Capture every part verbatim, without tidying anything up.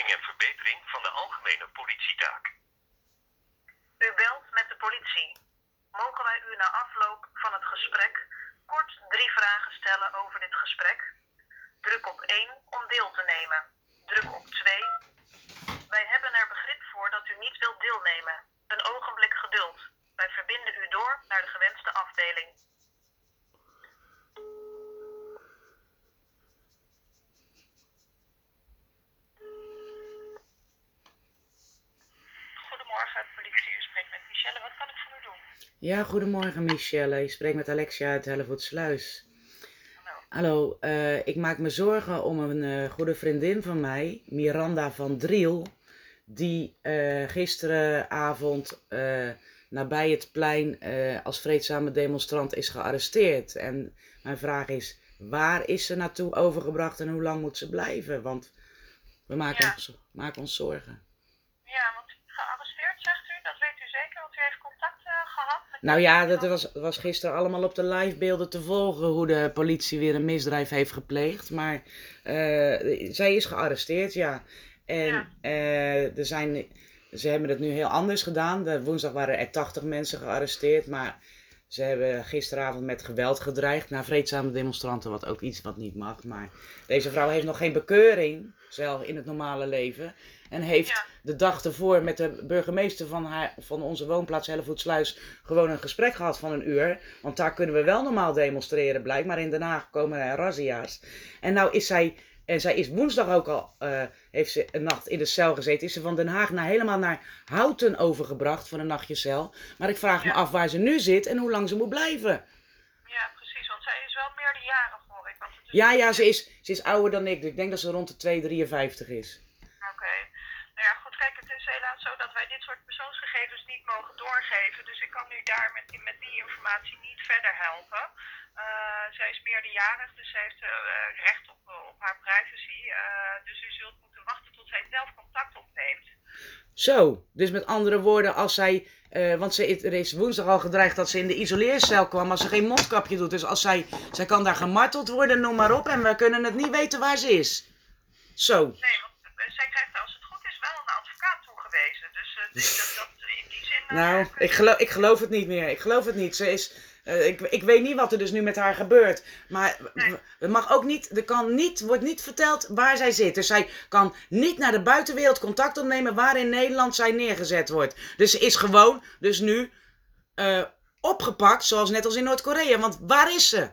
Uitvoering en verbetering van de algemene politietaak. U belt met de politie. Mogen wij u na afloop van het gesprek kort drie vragen stellen over dit gesprek? Druk op één om deel te nemen. Druk op twee. Wij hebben er begrip voor dat u niet wilt deelnemen. Een ogenblik geduld. Wij verbinden u door naar de gewenste afdeling. Goedemorgen, politie. U spreekt met Michelle. Wat kan ik voor u doen? Ja, goedemorgen Michelle. Je spreekt met Alexia uit Hellevoetsluis. Hallo. Hallo, uh, ik maak me zorgen om een uh, goede vriendin van mij, Miranda van Driel, die uh, gisteravond uh, nabij het plein uh, als vreedzame demonstrant is gearresteerd. En mijn vraag is, waar is ze naartoe overgebracht en hoe lang moet ze blijven? Want we maken, Ja. ons, maken ons zorgen. Ja, want gearresteerd zegt u, dat weet u zeker, want u heeft contact uh, gehad met... Nou ja, dat was, was gisteren allemaal op de livebeelden te volgen hoe de politie weer een misdrijf heeft gepleegd. Maar uh, zij is gearresteerd, ja. En Ja. uh, er zijn, ze hebben het nu heel anders gedaan. De, woensdag waren er tachtig mensen gearresteerd, maar ze hebben gisteravond met geweld gedreigd naar vreedzame demonstranten, wat ook iets wat niet mag. Maar deze vrouw heeft nog geen bekeuring, zelf in het normale leven. En heeft Ja. de dag ervoor met de burgemeester van, haar, van onze woonplaats Hellevoetsluis gewoon een gesprek gehad van een uur. Want daar kunnen we wel normaal demonstreren, blijkbaar. In Den Haag komen er razzia's. En nou is zij, en zij is woensdag ook al, uh, heeft ze een nacht in de cel gezeten. Is ze van Den Haag naar, helemaal naar Houten overgebracht voor een nachtje cel. Maar ik vraag me Ja. af waar ze nu zit en hoe lang ze moet blijven. Ja, precies, want zij is wel meerderjarig, hoor ik. Want het is... Ja, ja, ze is, ze is ouder dan ik. Ik denk dat ze rond de twee komma drieënvijftig is. Oké. Nou ja, goed, kijk, het is helaas zo dat wij dit soort persoonsgegevens niet mogen doorgeven. Dus ik kan u daar met die, met die informatie niet verder helpen. Uh, zij is meerderjarig, dus zij heeft uh, recht op, uh, op haar privacy. Uh, dus u zult moeten wachten tot zij zelf contact opneemt. Zo, dus met andere woorden, als zij, uh, want ze, er is woensdag al gedreigd dat ze in de isoleercel kwam als ze geen mondkapje doet. Dus als zij, zij kan daar gemarteld worden, noem maar op, en we kunnen het niet weten waar ze is. Zo. Nee, want uh, zij krijgt als het goed is wel een advocaat toegewezen. Dus uh, die, dat, dat, in die zin... Uh, Nou, ik geloof, ik geloof het niet meer. Ik geloof het niet. Ze is... Uh, ik, ik weet niet wat er dus nu met haar gebeurt. Maar Nee. er mag ook niet, er kan niet, wordt niet verteld waar zij zit. Dus zij kan niet naar de buitenwereld contact opnemen waar in Nederland zij neergezet wordt. Dus ze is gewoon, dus nu, uh, opgepakt, zoals net als in Noord-Korea. Want waar is ze?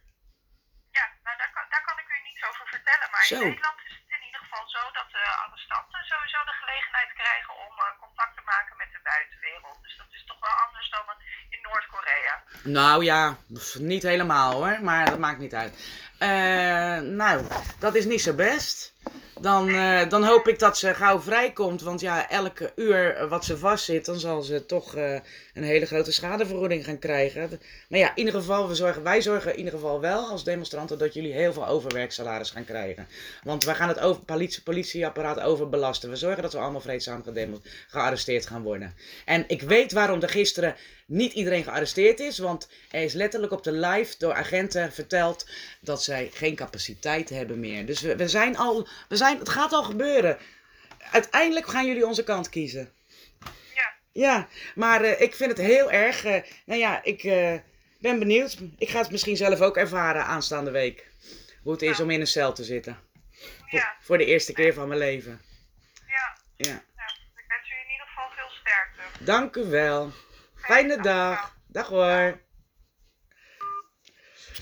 Ja, nou daar kan, daar kan ik u niets over vertellen. Maar Zo. in Nederland is het in ieder geval zo dat de arrestanten sowieso de gelegenheid krijgen om uh, contact te maken met de buitenwereld. Dus dat is toch wel anders dan in Noord-Korea. Nou ja, pff, niet helemaal hoor, maar dat maakt niet uit. Uh, nou, dat is niet zo best. Dan, uh, dan hoop ik dat ze gauw vrijkomt, want ja, elke uur wat ze vastzit, dan zal ze toch uh, een hele grote schadevergoeding gaan krijgen. Maar ja, in ieder geval, we zorgen, wij zorgen in ieder geval wel als demonstranten dat jullie heel veel overwerksalaris gaan krijgen. Want wij gaan het over, politie, politieapparaat overbelasten. We zorgen dat we allemaal vreedzaam gearresteerd gaan worden. En ik weet waarom er gisteren niet iedereen gearresteerd is, want er is letterlijk op de live door agenten verteld dat zij geen capaciteit hebben meer. Dus we, we zijn al, we zijn, het gaat al gebeuren. Uiteindelijk gaan jullie onze kant kiezen. Ja. Ja, maar uh, ik vind het heel erg, uh, nou ja, ik uh, ben benieuwd. Ik ga het misschien zelf ook ervaren aanstaande week. Hoe het is Ja. om in een cel te zitten. Voor, Ja. voor de eerste keer van mijn leven. Ja. Ja. Ja. Ik wens u in ieder geval veel sterkte. Dank u wel. Fijne dag. Dag hoor.